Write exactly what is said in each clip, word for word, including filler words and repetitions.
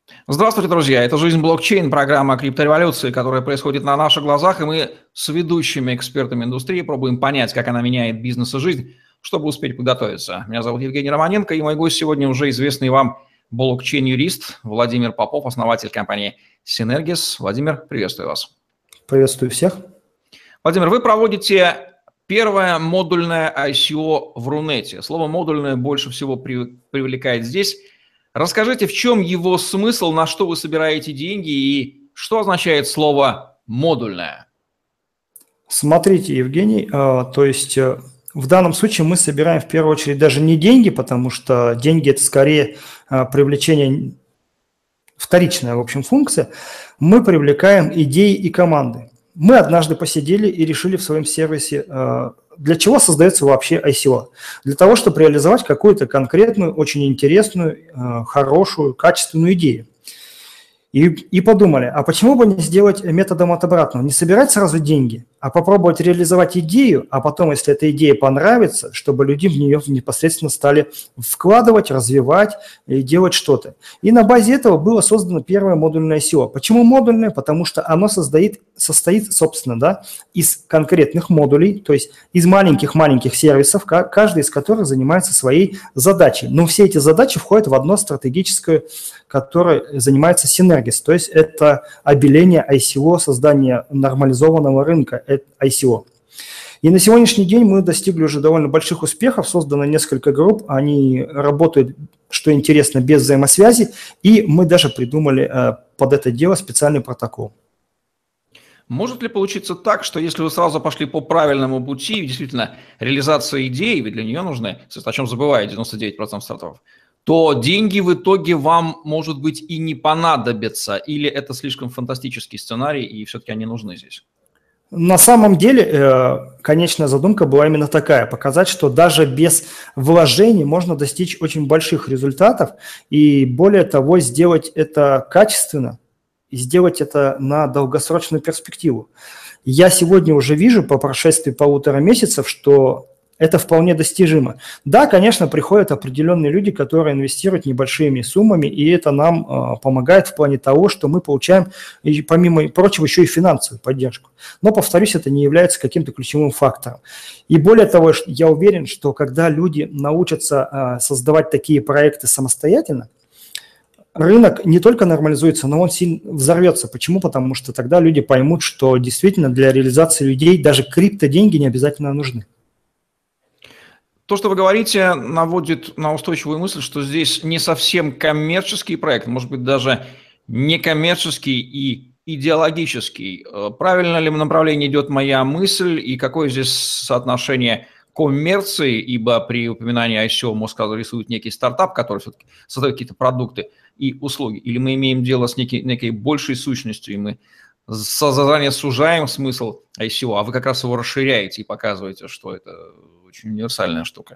Здравствуйте, друзья! Это «Жизнь блокчейн», программа о криптореволюции, которая происходит на наших глазах, и мы с ведущими экспертами индустрии пробуем понять, как она меняет бизнес и жизнь, чтобы успеть подготовиться. Меня зовут Евгений Романенко, и мой гость сегодня уже известный вам блокчейн-юрист Владимир Попов, основатель компании Synergis. Владимир, приветствую вас. Приветствую всех. Владимир, вы проводите первое модульное ай си о в Рунете. Слово «модульное» больше всего при, привлекает здесь. Расскажите, в чем его смысл, на что вы собираете деньги и что означает слово «модульное»? Смотрите, Евгений, то есть в данном случае мы собираем в первую очередь даже не деньги, потому что деньги – это скорее привлечение, вторичная, в общем, функция. Мы привлекаем идеи и команды. Мы однажды посидели и решили в своем сервисе, для чего создается вообще ай си о. Для того, чтобы реализовать какую-то конкретную, очень интересную, хорошую, качественную идею. И, и подумали, а почему бы не сделать методом от обратного? Не собирать сразу деньги, а попробовать реализовать идею, а потом, если эта идея понравится, чтобы люди в нее непосредственно стали вкладывать, развивать и делать что-то. И на базе этого было создано первое модульное ай си о. Почему модульное? Потому что оно создает, состоит, собственно, да, из конкретных модулей, то есть из маленьких-маленьких сервисов, каждый из которых занимается своей задачей. Но все эти задачи входят в одно стратегическое, которое занимается Synergis, то есть это обеление ай си о, создание нормализованного рынка ай си о. И на сегодняшний день мы достигли уже довольно больших успехов, создано несколько групп, они работают, что интересно, без взаимосвязи, и мы даже придумали под это дело специальный протокол. Может ли получиться так, что если вы сразу пошли по правильному пути, действительно, реализация идеи, ведь для нее нужны, о чем забывает девяносто девять процентов стартапов, то деньги в итоге вам, может быть, и не понадобятся, или это слишком фантастический сценарий, и все-таки они нужны здесь? На самом деле, конечная задумка была именно такая, показать, что даже без вложений можно достичь очень больших результатов, и более того, сделать это качественно, и сделать это на долгосрочную перспективу. Я сегодня уже вижу по прошествии полутора месяцев, что это вполне достижимо. Да, конечно, приходят определенные люди, которые инвестируют небольшими суммами, и это нам э, помогает в плане того, что мы получаем, и, помимо прочего, еще и финансовую поддержку. Но, повторюсь, это не является каким-то ключевым фактором. И более того, я уверен, что когда люди научатся э, создавать такие проекты самостоятельно, рынок не только нормализуется, но он сильно взорвется. Почему? Потому что тогда люди поймут, что действительно для реализации людей даже криптоденьги не обязательно нужны. То, что вы говорите, наводит на устойчивую мысль, что здесь не совсем коммерческий проект, может быть, даже некоммерческий и идеологический. Правильно ли в направлении идет моя мысль, и какое здесь соотношение коммерции, ибо при упоминании ай си о мозг рисует некий стартап, который все-таки создает какие-то продукты и услуги, или мы имеем дело с некой, некой большей сущностью, и мы заранее сужаем смысл ай си о, а вы как раз его расширяете и показываете, что это очень универсальная штука.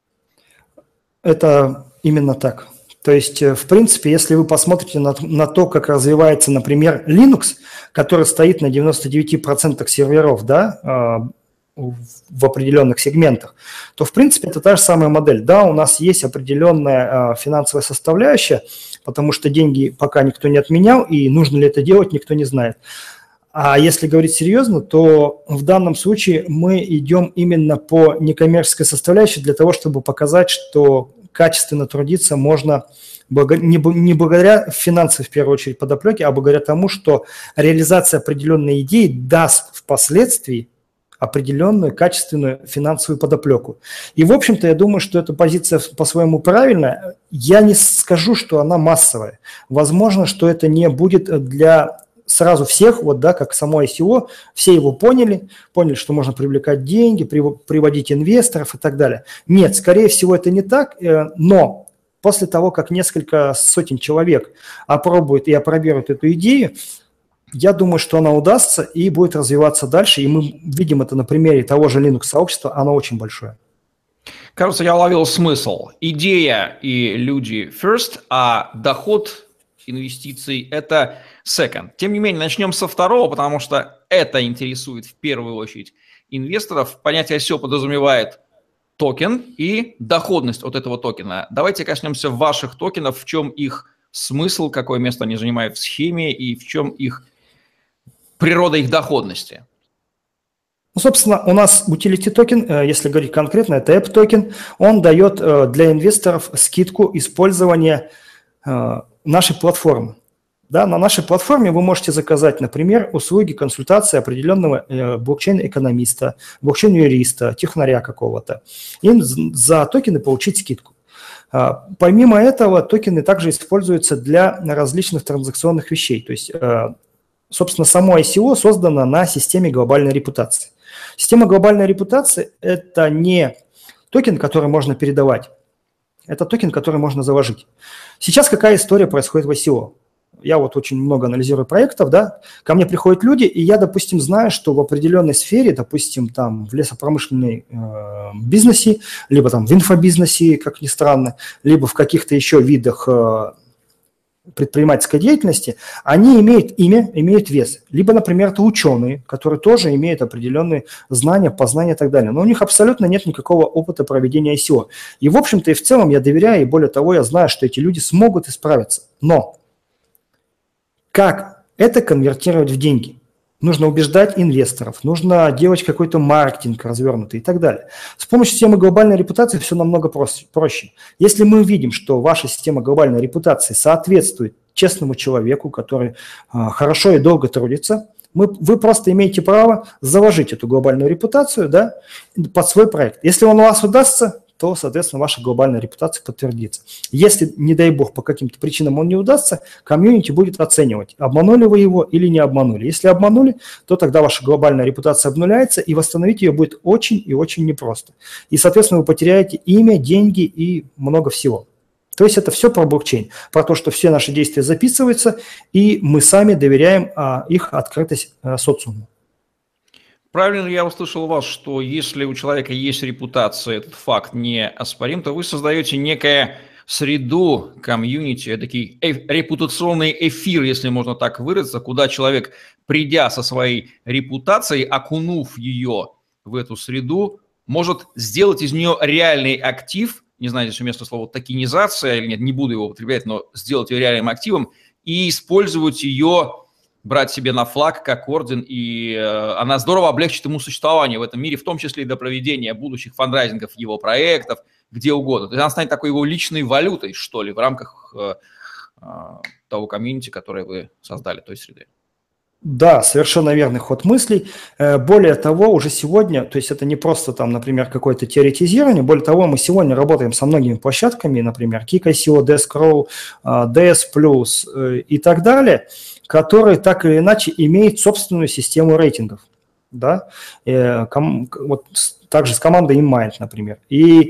Это именно так. То есть, в принципе, если вы посмотрите на, на то, как развивается, например, Linux, который стоит на девяноста девяти процентах серверов, да, в определенных сегментах, то, в принципе, это та же самая модель. Да, у нас есть определенная финансовая составляющая, потому что деньги пока никто не отменял, и нужно ли это делать, никто не знает. А если говорить серьезно, то в данном случае мы идем именно по некоммерческой составляющей для того, чтобы показать, что качественно трудиться можно не благодаря финансовой, в первую очередь, подоплеке, а благодаря тому, что реализация определенной идеи даст впоследствии определенную качественную финансовую подоплеку. И, в общем-то, я думаю, что эта позиция по-своему правильная. Я не скажу, что она массовая. Возможно, что это не будет для сразу всех, вот, да, как само ай си о, все его поняли, поняли, что можно привлекать деньги, приводить инвесторов и так далее. Нет, скорее всего, это не так, но после того, как несколько сотен человек опробуют и опробируют эту идею, я думаю, что она удастся и будет развиваться дальше, и мы видим это на примере того же Linux-сообщества, оно очень большое. Кажется, я уловил смысл. Идея и люди first, а доход инвестиций – это second. Тем не менее, начнем со второго, потому что это интересует в первую очередь инвесторов. Понятие ай си о подразумевает токен и доходность от этого токена. Давайте коснемся ваших токенов, в чем их смысл, какое место они занимают в схеме и в чем их природа их доходности? Ну, собственно, у нас utility токен, если говорить конкретно, это эп токен, он дает для инвесторов скидку использования нашей платформы. Да, на нашей платформе вы можете заказать, например, услуги консультации определенного блокчейн-экономиста, блокчейн-юриста, технаря какого-то, и за токены получить скидку. Помимо этого, токены также используются для различных транзакционных вещей. То есть, собственно, само ай си о создано на системе глобальной репутации. Система глобальной репутации – это не токен, который можно передавать, это токен, который можно заложить. Сейчас какая история происходит в ай си о? Я вот очень много анализирую проектов, да, ко мне приходят люди, и я, допустим, знаю, что в определенной сфере, допустим, там в лесопромышленной э, бизнесе, либо там в инфобизнесе, как ни странно, либо в каких-то еще видах э, предпринимательской деятельности, они имеют имя, имеют вес. Либо, например, это ученые, которые тоже имеют определенные знания, познания и так далее. Но у них абсолютно нет никакого опыта проведения ай си о. И, в общем-то, и в целом я доверяю, и более того, я знаю, что эти люди смогут исправиться. Но как это конвертировать в деньги? Нужно убеждать инвесторов, нужно делать какой-то маркетинг развернутый и так далее. С помощью системы глобальной репутации все намного проще. Если мы видим, что ваша система глобальной репутации соответствует честному человеку, который а, хорошо и долго трудится, мы, вы просто имеете право заложить эту глобальную репутацию, да, под свой проект. Если он у вас удастся, то, соответственно, ваша глобальная репутация подтвердится. Если, не дай бог, по каким-то причинам он не удастся, комьюнити будет оценивать, обманули вы его или не обманули. Если обманули, то тогда ваша глобальная репутация обнуляется, и восстановить ее будет очень и очень непросто. И, соответственно, вы потеряете имя, деньги и много всего. То есть это все про блокчейн, про то, что все наши действия записываются, и мы сами доверяем а, их открытость а, социуму. Правильно ли я услышал вас, что если у человека есть репутация, этот факт не оспорим, то вы создаете некую среду, комьюнити, такой э, репутационный эфир, если можно так выразиться, куда человек, придя со своей репутацией, окунув ее в эту среду, может сделать из нее реальный актив, не знаю, здесь уместно слово токенизация или нет, не буду его употреблять, но сделать ее реальным активом и использовать ее, брать себе на флаг как орден, и э, она здорово облегчит ему существование в этом мире, в том числе и до проведения будущих фандрайзингов его проектов, где угодно. То есть она станет такой его личной валютой, что ли, в рамках э, э, того комьюнити, которое вы создали, той среды. Да, совершенно верный ход мыслей. Более того, уже сегодня, то есть это не просто там, например, какое-то теоретизирование, более того, мы сегодня работаем со многими площадками, например, Kik ай си о, Deskrow, ди эс плюс и так далее, которые так или иначе имеют собственную систему рейтингов. Да? Вот также с командой InMind, например. И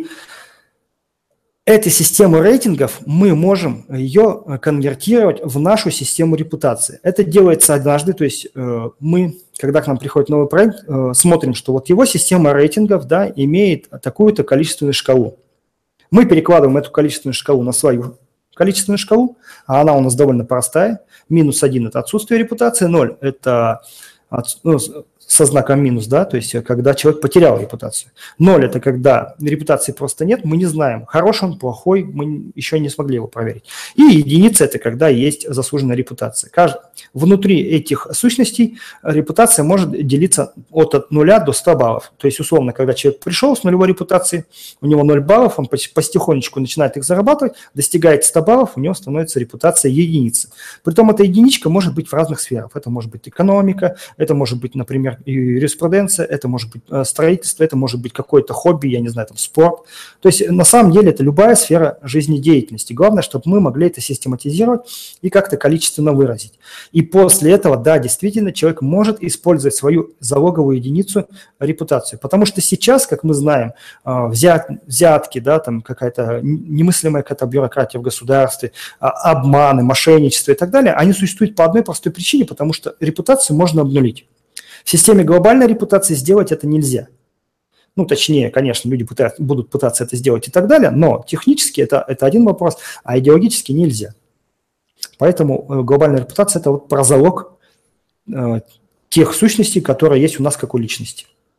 этой системы рейтингов мы можем ее конвертировать в нашу систему репутации. Это делается однажды, то есть э, мы, когда к нам приходит новый проект, э, смотрим, что вот его система рейтингов, да, имеет такую-то количественную шкалу. Мы перекладываем эту количественную шкалу на свою количественную шкалу, а она у нас довольно простая. Минус один – это отсутствие репутации, ноль – это от, ну, со знаком минус, да, то есть когда человек потерял репутацию. Ноль – это когда репутации просто нет, мы не знаем, хороший он, плохой, мы еще не смогли его проверить. И единица – это когда есть заслуженная репутация. Кажд... Внутри этих сущностей репутация может делиться от нуля до ста баллов. То есть, условно, когда человек пришел с нулевой репутацией, у него ноль баллов, он потихонечку начинает их зарабатывать, достигает ста баллов, у него становится репутация единицы. Притом эта единичка может быть в разных сферах. Это может быть экономика, это может быть, например, юриспруденция, это может быть строительство, это может быть какое-то хобби, я не знаю, там спорт. То есть на самом деле это любая сфера жизнедеятельности. Главное, чтобы мы могли это систематизировать и как-то количественно выразить. И после этого, да, действительно, человек может использовать свою залоговую единицу репутацию. Потому что сейчас, как мы знаем, взят, взятки, да, там какая-то немыслимая какая-то бюрократия в государстве, обманы, мошенничество и так далее, они существуют по одной простой причине, потому что репутацию можно обнулить. В системе глобальной репутации сделать это нельзя. Ну, точнее, конечно, люди пытаются, будут пытаться это сделать и так далее, но технически это, это один вопрос, а идеологически нельзя. Поэтому глобальная репутация – это вот про залог э, тех сущностей, которые есть у нас как у личности.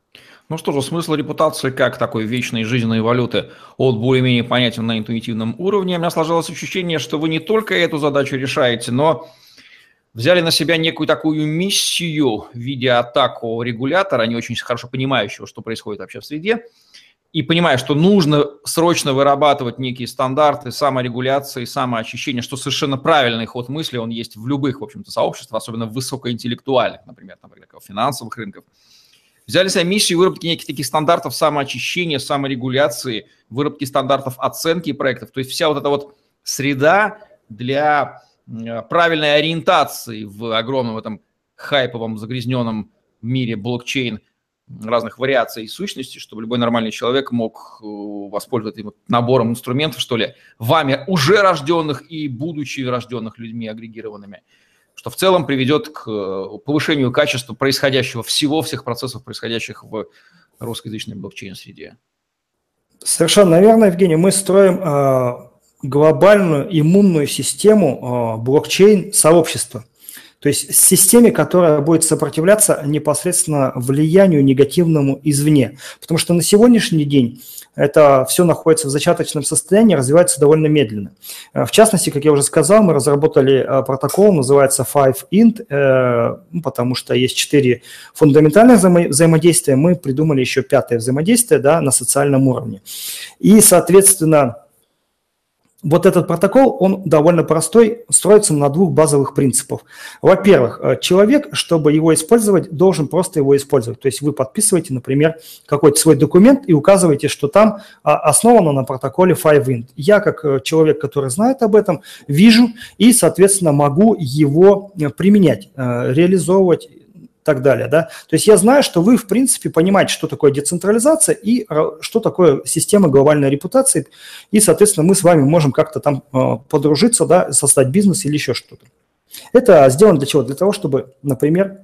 Ну что же, смысл репутации как такой вечной жизненной валюты от более-менее понятен на интуитивном уровне. У меня сложилось ощущение, что вы не только эту задачу решаете, но взяли на себя некую такую миссию в виде атаку регулятора, не очень хорошо понимающего, что происходит вообще в среде, и понимая, что нужно срочно вырабатывать некие стандарты саморегуляции, самоочищения, что совершенно правильный ход мысли, он есть в любых, в общем-то, сообществах, особенно в высокоинтеллектуальных, например, например финансовых рынках. Взяли себе миссию выработки неких таких стандартов самоочищения, саморегуляции, выработки стандартов оценки проектов. То есть вся вот эта вот среда для правильной ориентации в огромном этом хайповом, загрязненном мире блокчейн разных вариаций и сущностей, чтобы любой нормальный человек мог воспользоваться этим набором инструментов, что ли, вами уже рожденных и будучи рожденных людьми агрегированными, что в целом приведет к повышению качества происходящего всего, всех процессов, происходящих в русскоязычной блокчейн-среде. Совершенно верно, Евгений. Мы строим э, глобальную иммунную систему э, блокчейн-сообщества. То есть системе, которая будет сопротивляться непосредственно влиянию негативному извне. Потому что на сегодняшний день это все находится в зачаточном состоянии, развивается довольно медленно. В частности, как я уже сказал, мы разработали протокол, называется файв инт, потому что есть четыре фундаментальных взаимодействия, мы придумали еще пятое взаимодействие, да, на социальном уровне. И, соответственно, вот этот протокол, он довольно простой, строится на двух базовых принципах. Во-первых, человек, чтобы его использовать, должен просто его использовать. То есть вы подписываете, например, какой-то свой документ и указываете, что там основано на протоколе файв инт. Я, как человек, который знает об этом, вижу и, соответственно, могу его применять, реализовывать, и так далее, да. То есть я знаю, что вы, в принципе, понимаете, что такое децентрализация и что такое система глобальной репутации, и, соответственно, мы с вами можем как-то там подружиться, да, создать бизнес или еще что-то. Это сделано для чего? Для того, чтобы, например,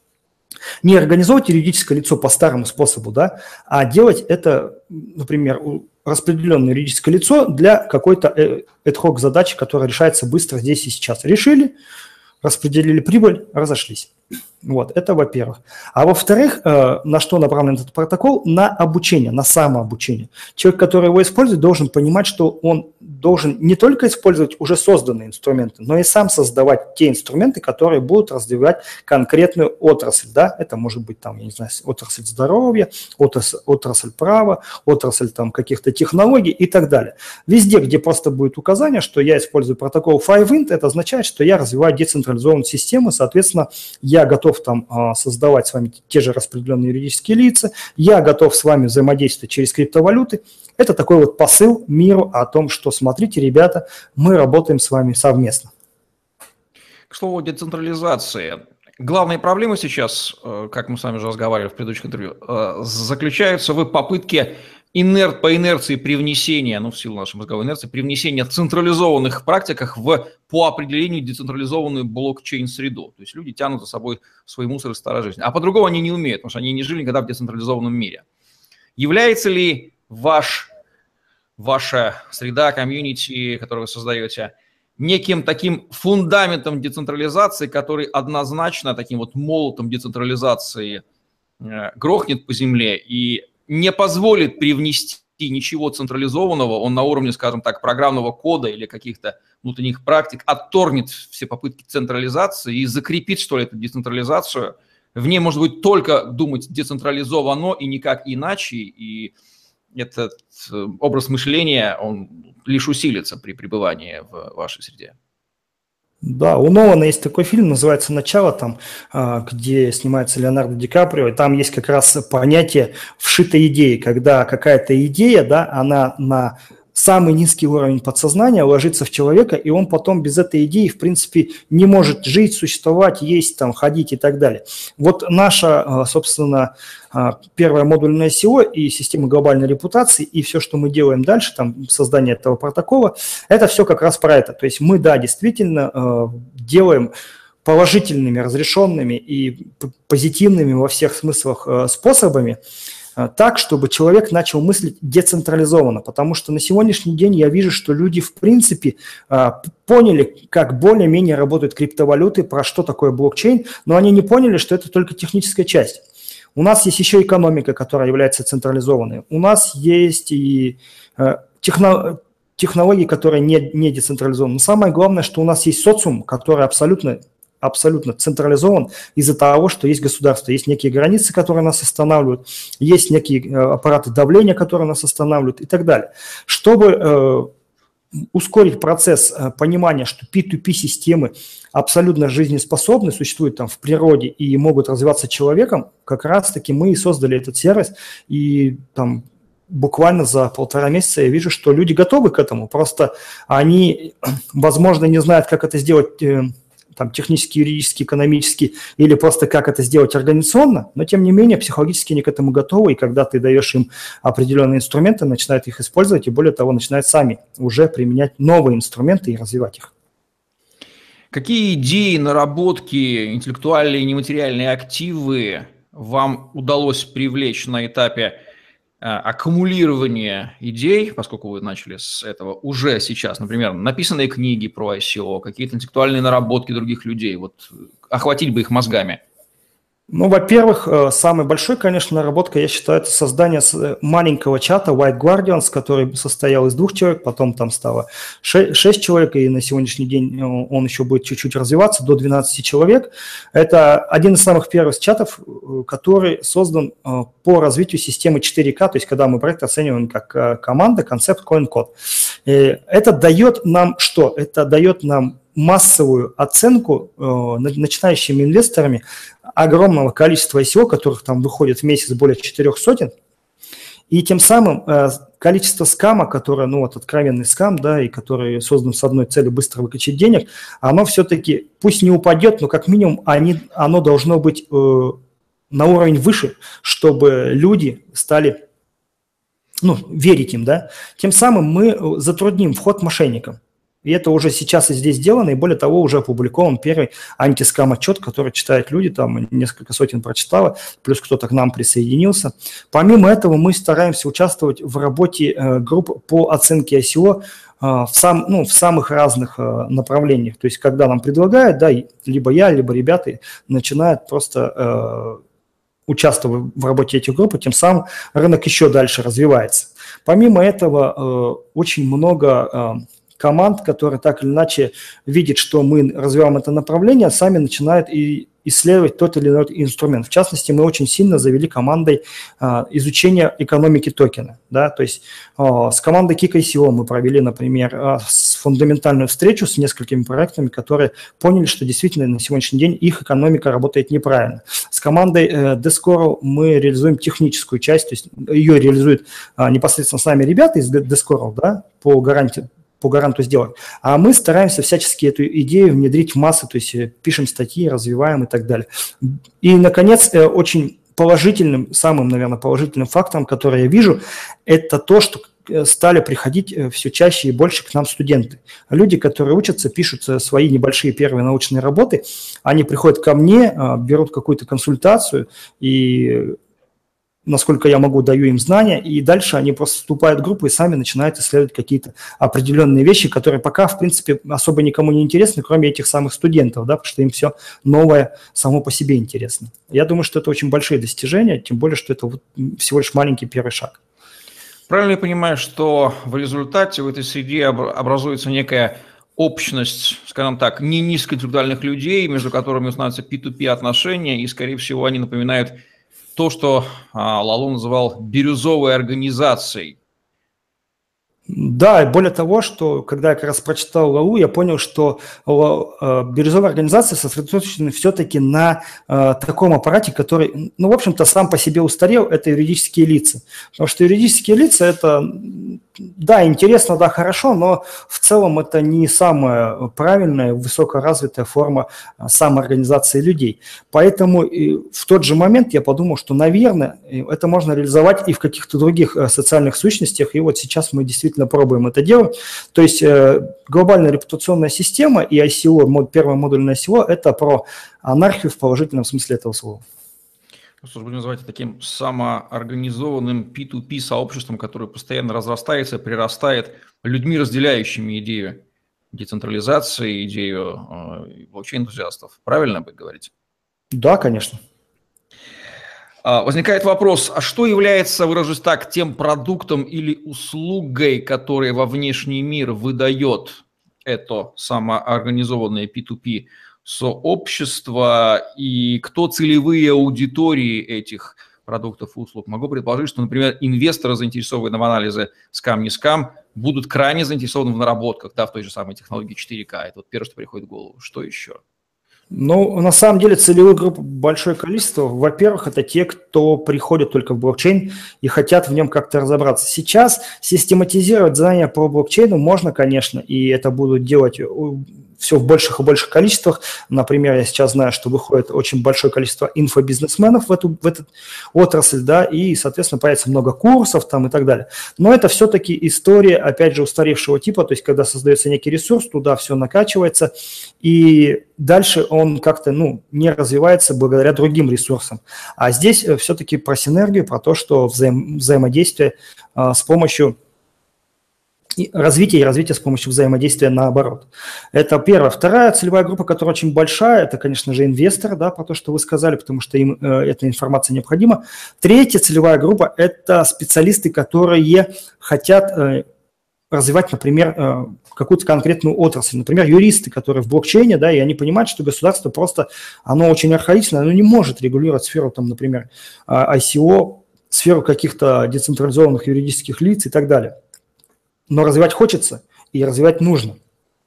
не организовать юридическое лицо по старому способу, да, а делать это, например, распределенное юридическое лицо для какой-то ad-hoc задачи, которая решается быстро здесь и сейчас. Решили, распределили прибыль, разошлись. Вот, это во-первых. А во-вторых, э, на что направлен этот протокол? На обучение, на самообучение. Человек, который его использует, должен понимать, что он должен не только использовать уже созданные инструменты, но и сам создавать те инструменты, которые будут развивать конкретную отрасль. Да? Это может быть, там, я не знаю, отрасль здоровья, отрасль, отрасль права, отрасль там, каких-то технологий и так далее. Везде, где просто будет указание, что я использую протокол файв инт, это означает, что я развиваю децентрализованную систему, соответственно, я готов там создавать с вами те же распределенные юридические лица, я готов с вами взаимодействовать через криптовалюты. Это такой вот посыл миру о том, что смотрите, ребята, мы работаем с вами совместно. К слову о децентрализации. Главная проблема сейчас, как мы с вами уже разговаривали в предыдущих интервью, заключается в попытке инерт, по инерции привнесения, ну в силу нашей мозговой инерции, привнесения централизованных практиках в, по определению, децентрализованную блокчейн-среду. То есть люди тянут за собой свой мусор из старой жизни. А по-другому они не умеют, потому что они не жили никогда в децентрализованном мире. Является ли ваш, ваша среда, комьюнити, которую вы создаете, неким таким фундаментом децентрализации, который однозначно таким вот молотом децентрализации э, грохнет по земле и не позволит привнести ничего централизованного, он на уровне, скажем так, программного кода или каких-то внутренних практик отторгнет все попытки централизации и закрепит, что ли, эту децентрализацию. В ней может быть только думать децентрализовано и никак иначе, и этот образ мышления, он лишь усилится при пребывании в вашей среде. Да, у Нолана есть такой фильм, называется «Начало», там, где снимается Леонардо Ди Каприо, и там есть как раз понятие вшитой идеи, когда какая-то идея, да, она на самый низкий уровень подсознания ложится в человека, и он потом без этой идеи, в принципе, не может жить, существовать, есть, там, ходить и так далее. Вот наша, собственно, первая модульная СИО и система глобальной репутации, и все, что мы делаем дальше, там, создание этого протокола, это все как раз про это. То есть мы, да, действительно делаем положительными, разрешенными и позитивными во всех смыслах способами, так, чтобы человек начал мыслить децентрализованно, потому что на сегодняшний день я вижу, что люди в принципе поняли, как более-менее работают криптовалюты, про что такое блокчейн, но они не поняли, что это только техническая часть. У нас есть еще экономика, которая является централизованной. У нас есть и э, техно, технологии, которые не, не децентрализованы. Но самое главное, что у нас есть социум, который абсолютно абсолютно централизован из-за того, что есть государство, есть некие границы, которые нас останавливают, есть некие аппараты давления, которые нас останавливают и так далее. Чтобы э, ускорить процесс э, понимания, что пи ту пи-системы абсолютно жизнеспособны, существуют там в природе и могут развиваться человеком, как раз-таки мы и создали этот сервис, и там буквально за полтора месяца я вижу, что люди готовы к этому, просто они, возможно, не знают, как это сделать э, там, технически, юридически, экономически, или просто как это сделать организационно, но тем не менее психологически они к этому готовы, и когда ты даешь им определенные инструменты, начинают их использовать, и более того, начинают сами уже применять новые инструменты и развивать их. Какие идеи, наработки, интеллектуальные и нематериальные активы вам удалось привлечь на этапе аккумулирование идей, поскольку вы начали с этого уже сейчас, например, написанные книги про ай си о, какие-то интеллектуальные наработки других людей, вот охватить бы их мозгами? Ну, во-первых, самой большой, конечно, наработкой, я считаю, это создание маленького чата White Guardians, который состоял из двух человек, потом там стало шесть человек, и на сегодняшний день он еще будет чуть-чуть развиваться до двенадцати человек. Это один из самых первых чатов, который создан по развитию системы четыре ка, то есть когда мы проект оцениваем как команда, концепт, coin, код. Это дает нам что? Это дает нам массовую оценку э, начинающими инвесторами огромного количества ай си о, которых там выходит в месяц более четырех сотен, и тем самым э, количество скама, которое, ну вот откровенный скам, да, и который создан с одной целью быстро выкачать денег, оно все-таки, пусть не упадет, но как минимум они, оно должно быть э, на уровень выше, чтобы люди стали, ну, верить им, да. Тем самым мы затрудним вход мошенникам. И это уже сейчас и здесь сделано, и более того, уже опубликован первый антискам-отчет, который читают люди, там несколько сотен прочитало, плюс кто-то к нам присоединился. Помимо этого, мы стараемся участвовать в работе э, групп по оценке ай си о э, в, сам, ну, в самых разных э, направлениях. То есть, когда нам предлагают, да, либо я, либо ребята начинают просто э, участвовать в работе этих групп, и тем самым рынок еще дальше развивается. Помимо этого, э, очень много... Э, команд, которые так или иначе видят, что мы развиваем это направление, сами начинают и исследовать тот или иной инструмент. В частности, мы очень сильно завели командой а, изучения экономики токена. Да? То есть а, с командой Kik ай си о мы провели, например, а, с фундаментальную встречу с несколькими проектами, которые поняли, что действительно на сегодняшний день их экономика работает неправильно. С командой э, Descoro мы реализуем техническую часть, то есть ее реализуют а, непосредственно с нами ребята из Descoro, да, по гарантии, по гаранту сделать. А мы стараемся всячески эту идею внедрить в массы, то есть пишем статьи, развиваем и так далее. И, наконец, очень положительным, самым, наверное, положительным фактором, который я вижу, это то, что стали приходить все чаще и больше к нам студенты. Люди, которые учатся, пишут свои небольшие первые научные работы, они приходят ко мне, берут какую-то консультацию и... насколько я могу, даю им знания, и дальше они просто вступают в группу и сами начинают исследовать какие-то определенные вещи, которые пока, в принципе, особо никому не интересны, кроме этих самых студентов, да, потому что им все новое само по себе интересно. Я думаю, что это очень большие достижения, тем более, что это вот всего лишь маленький первый шаг. Правильно я понимаю, что в результате в этой среде образуется некая общность, скажем так, не низкоинтеллектуальных людей, между которыми устанавливаются пи ту пи отношения, и, скорее всего, они напоминают то, что а, Лалу называл бирюзовой организацией. Да, и более того, что когда я как раз прочитал Лалу, я понял, что э, бирюзовая организация сосредоточена все-таки на э, таком аппарате, который, ну, в общем-то, сам по себе устарел, это юридические лица. Потому что юридические лица – это, да, интересно, да, хорошо, но в целом это не самая правильная, высокоразвитая форма самоорганизации людей. Поэтому в тот же момент я подумал, что, наверное, это можно реализовать и в каких-то других социальных сущностях, и вот сейчас мы действительно пробуем это делать. То есть э, глобальная репутационная система и ай си о, мод, первая модульная ай си о, это про анархию в положительном смысле этого слова. Ну, что ж, будем называть таким самоорганизованным пи ту пи сообществом, которое постоянно разрастается, прирастает людьми, разделяющими идею децентрализации, идею э, блокчейн-энтузиастов. Правильно вы говорите? Да, конечно. Возникает вопрос, а что является, выражусь так, тем продуктом или услугой, которые во внешний мир выдает это самоорганизованное пи ту пи сообщество, и кто целевые аудитории этих продуктов и услуг? Могу предположить, что, например, инвесторы, заинтересованные в анализе скам-не-скам, будут крайне заинтересованы в наработках, да, в той же самой технологии четыре ка. Это вот первое, что приходит в голову. Что еще? Ну, на самом деле целевых групп большое количество. Во-первых, это те, кто приходит только в блокчейн и хотят в нем как-то разобраться. Сейчас систематизировать знания по блокчейну можно, конечно, и это будут делать все в больших и больших количествах. Например, я сейчас знаю, что выходит очень большое количество инфобизнесменов в эту, в эту отрасль, да, и, соответственно, появится много курсов там и так далее. Но это все-таки история, опять же, устаревшего типа, то есть когда создается некий ресурс, туда все накачивается, и дальше он как-то, ну, не развивается благодаря другим ресурсам. А здесь все-таки про синергию, про то, что взаим, взаимодействие а, с помощью и развитие и развитие с помощью взаимодействия наоборот. Это первая. Вторая целевая группа, которая очень большая, это, конечно же, инвесторы, да, про то, что вы сказали, потому что им э, эта информация необходима. Третья целевая группа – это специалисты, которые хотят э, развивать, например, э, какую-то конкретную отрасль. Например, юристы, которые в блокчейне, да, и они понимают, что государство просто, оно очень архаичное, оно не может регулировать сферу, там, например, ай си о, сферу каких-то децентрализованных юридических лиц и так далее. Но развивать хочется и развивать нужно.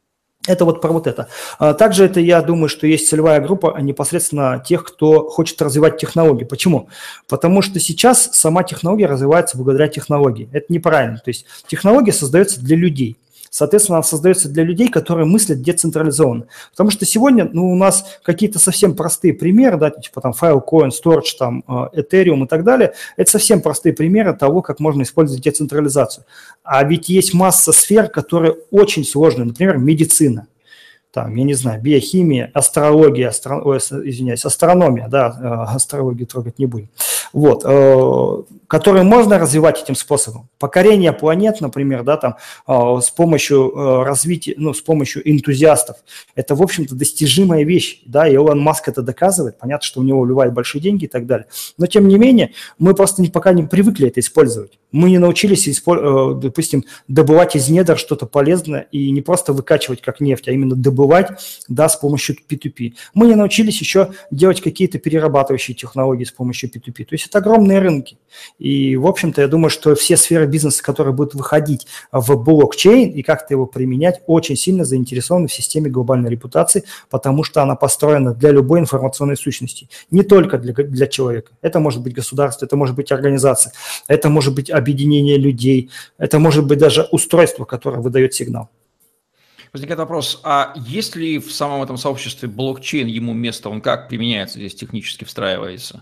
Это вот про вот это. Также это, я думаю, что есть целевая группа непосредственно тех, кто хочет развивать технологии. Почему? Потому что сейчас сама технология развивается благодаря технологии. Это неправильно. То есть технология создается для людей. Соответственно, она создается для людей, которые мыслят децентрализованно. Потому что сегодня, ну, у нас какие-то совсем простые примеры, да, типа там Filecoin, Storage, там, Ethereum и так далее, это совсем простые примеры того, как можно использовать децентрализацию. А ведь есть масса сфер, которые очень сложные, например, медицина. Там, я не знаю, биохимия, астрология, астро... Ой, извиняюсь, астрономия, да, астрологию трогать не будем. Вот, э, которые можно развивать этим способом. Покорение планет, например, да, там, э, с помощью э, развития, ну, с помощью энтузиастов. Это, в общем-то, достижимая вещь, да, и Илон Маск это доказывает. Понятно, что у него вливают большие деньги и так далее. Но, тем не менее, мы просто не, пока не привыкли это использовать. Мы не научились, использ... э, допустим, добывать из недр что-то полезное и не просто выкачивать как нефть, а именно добывать, да, с помощью пи ту пи. Мы не научились еще делать какие-то перерабатывающие технологии с помощью пи ту пи. То есть это огромные рынки. И, в общем-то, я думаю, что все сферы бизнеса, которые будут выходить в блокчейн и как-то его применять, очень сильно заинтересованы в системе глобальной репутации, потому что она построена для любой информационной сущности. Не только для, для человека. Это может быть государство, это может быть организация, это может быть объединение людей, это может быть даже устройство, которое выдает сигнал. Возникает вопрос, а есть ли в самом этом сообществе блокчейн, ему место, он как применяется здесь, технически встраивается?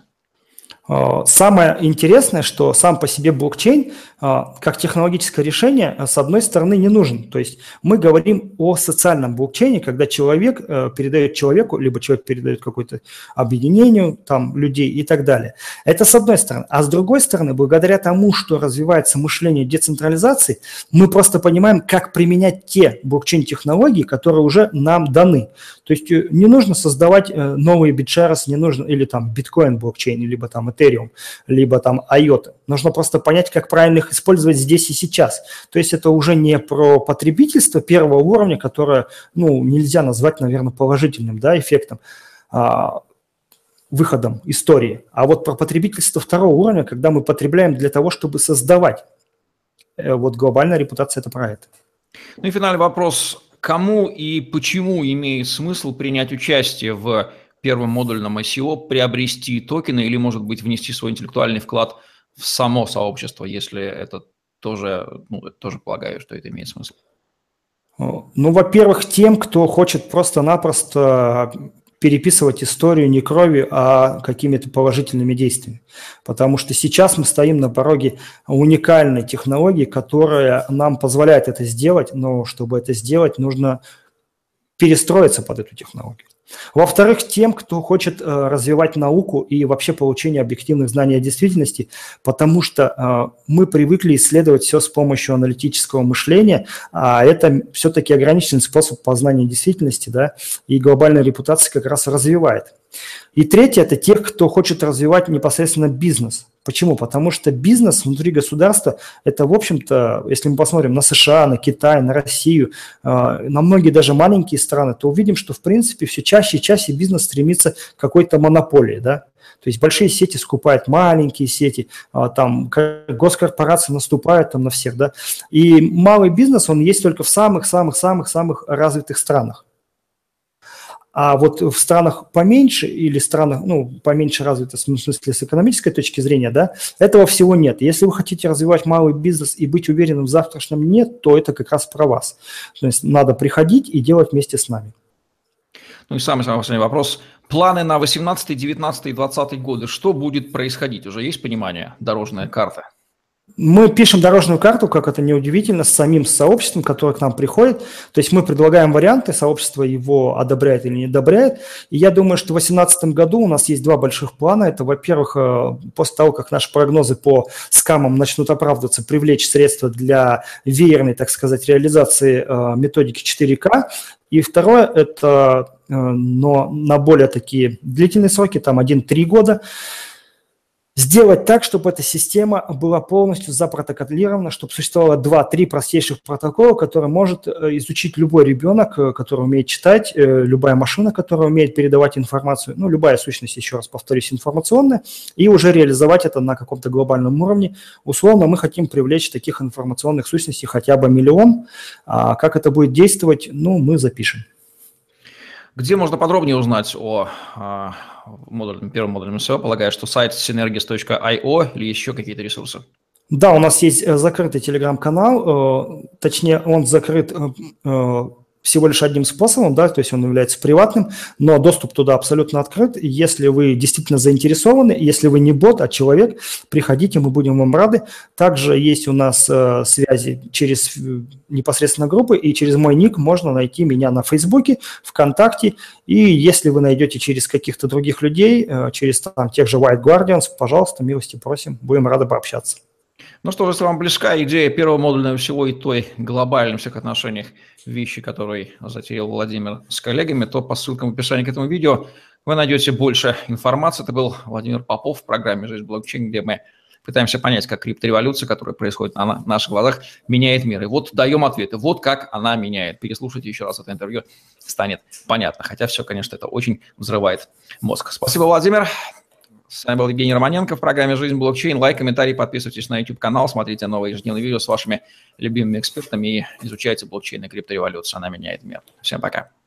Самое интересное, что сам по себе блокчейн как технологическое решение с одной стороны не нужен. То есть мы говорим о социальном блокчейне, когда человек передает человеку, либо человек передает какое-то объединению там, людей и так далее. Это с одной стороны. А с другой стороны, благодаря тому, что развивается мышление децентрализации, мы просто понимаем, как применять те блокчейн-технологии, которые уже нам даны. То есть не нужно создавать новые BitShares, не нужно, или там биткоин-блокчейн, либо там Ethereum, либо там айота. Нужно просто понять, как правильно их использовать здесь и сейчас. То есть это уже не про потребительство первого уровня, которое, ну, нельзя назвать, наверное, положительным, да, эффектом, а, выходом истории, а вот про потребительство второго уровня, когда мы потребляем для того, чтобы создавать. Вот глобальная репутация – это про это. Ну и финальный вопрос. Кому и почему имеет смысл принять участие в первом модульном ай си о, приобрести токены или, может быть, внести свой интеллектуальный вклад в само сообщество, если это тоже, ну, тоже полагаю, что это имеет смысл? Ну, во-первых, тем, кто хочет просто-напросто переписывать историю не кровью, а какими-то положительными действиями. Потому что сейчас мы стоим на пороге уникальной технологии, которая нам позволяет это сделать, но чтобы это сделать, нужно перестроиться под эту технологию. Во-вторых, тем, кто хочет э, развивать науку и вообще получение объективных знаний о действительности, потому что э, мы привыкли исследовать все с помощью аналитического мышления, а это все-таки ограниченный способ познания действительности, да, и глобальная репутация как раз развивает. И третье – это тех, кто хочет развивать непосредственно бизнес. Почему? Потому что бизнес внутри государства – это, в общем-то, если мы посмотрим на США, на Китай, на Россию, на многие даже маленькие страны, то увидим, что, в принципе, все чаще и чаще бизнес стремится к какой-то монополии, да. То есть большие сети скупают маленькие сети, там госкорпорации наступают там на всех, да. И малый бизнес, он есть только в самых-самых-самых-самых развитых странах. А вот в странах поменьше или странах, ну, поменьше развитых, в смысле, с экономической точки зрения, да, этого всего нет. Если вы хотите развивать малый бизнес и быть уверенным в завтрашнем дне, то это как раз про вас. То есть надо приходить и делать вместе с нами. Ну и самый, самый последний вопрос. Планы на восемнадцатый, девятнадцатый и двадцатый годы. Что будет происходить? Уже есть понимание? Дорожная карта? Мы пишем дорожную карту, как это неудивительно, с самим сообществом, которое к нам приходит. То есть мы предлагаем варианты, сообщество его одобряет или не одобряет. И я думаю, что в две тысячи восемнадцатом году у нас есть два больших плана. Это, во-первых, после того, как наши прогнозы по скамам начнут оправдываться, привлечь средства для веерной, так сказать, реализации методики четыре ка. И второе, это но на более такие длительные сроки, там один-три года, сделать так, чтобы эта система была полностью запротоколирована, чтобы существовало два-три простейших протокола, которые может изучить любой ребенок, который умеет читать, любая машина, которая умеет передавать информацию, ну, любая сущность, еще раз повторюсь, информационная, и уже реализовать это на каком-то глобальном уровне. Условно, мы хотим привлечь таких информационных сущностей хотя бы миллион. А как это будет действовать, ну, мы запишем. Где можно подробнее узнать о, о модульном, первом модульном эс и о? Полагаю, что сайт synergis точка ай о или еще какие-то ресурсы? Да, у нас есть закрытый телеграм-канал, точнее, он закрыт всего лишь одним способом, да, то есть он является приватным, но доступ туда абсолютно открыт. И если вы действительно заинтересованы, если вы не бот, а человек, приходите, мы будем вам рады. Также есть у нас э, связи через непосредственно группы, и через мой ник можно найти меня на Фейсбуке, ВКонтакте, и если вы найдете через каких-то других людей, э, через там, тех же White Guardians, пожалуйста, милости просим, будем рады пообщаться. Ну что же, если вам близка идея первого модульного всего и той глобальной в всех отношениях вещи, которые затеял Владимир с коллегами, то по ссылкам в описании к этому видео вы найдете больше информации. Это был Владимир Попов в программе «Жизнь блокчейн», где мы пытаемся понять, как криптореволюция, которая происходит на наших глазах, меняет мир. И вот даем ответы. Вот как она меняет. Переслушайте еще раз это интервью, станет понятно. Хотя все, конечно, это очень взрывает мозг. Спасибо, Владимир. С вами был Евгений Романенко в программе «Жизнь блокчейн». Лайк, комментарий, подписывайтесь на YouTube-канал, смотрите новые ежедневные видео с вашими любимыми экспертами и изучайте блокчейн и криптореволюцию. Она меняет мир. Всем пока.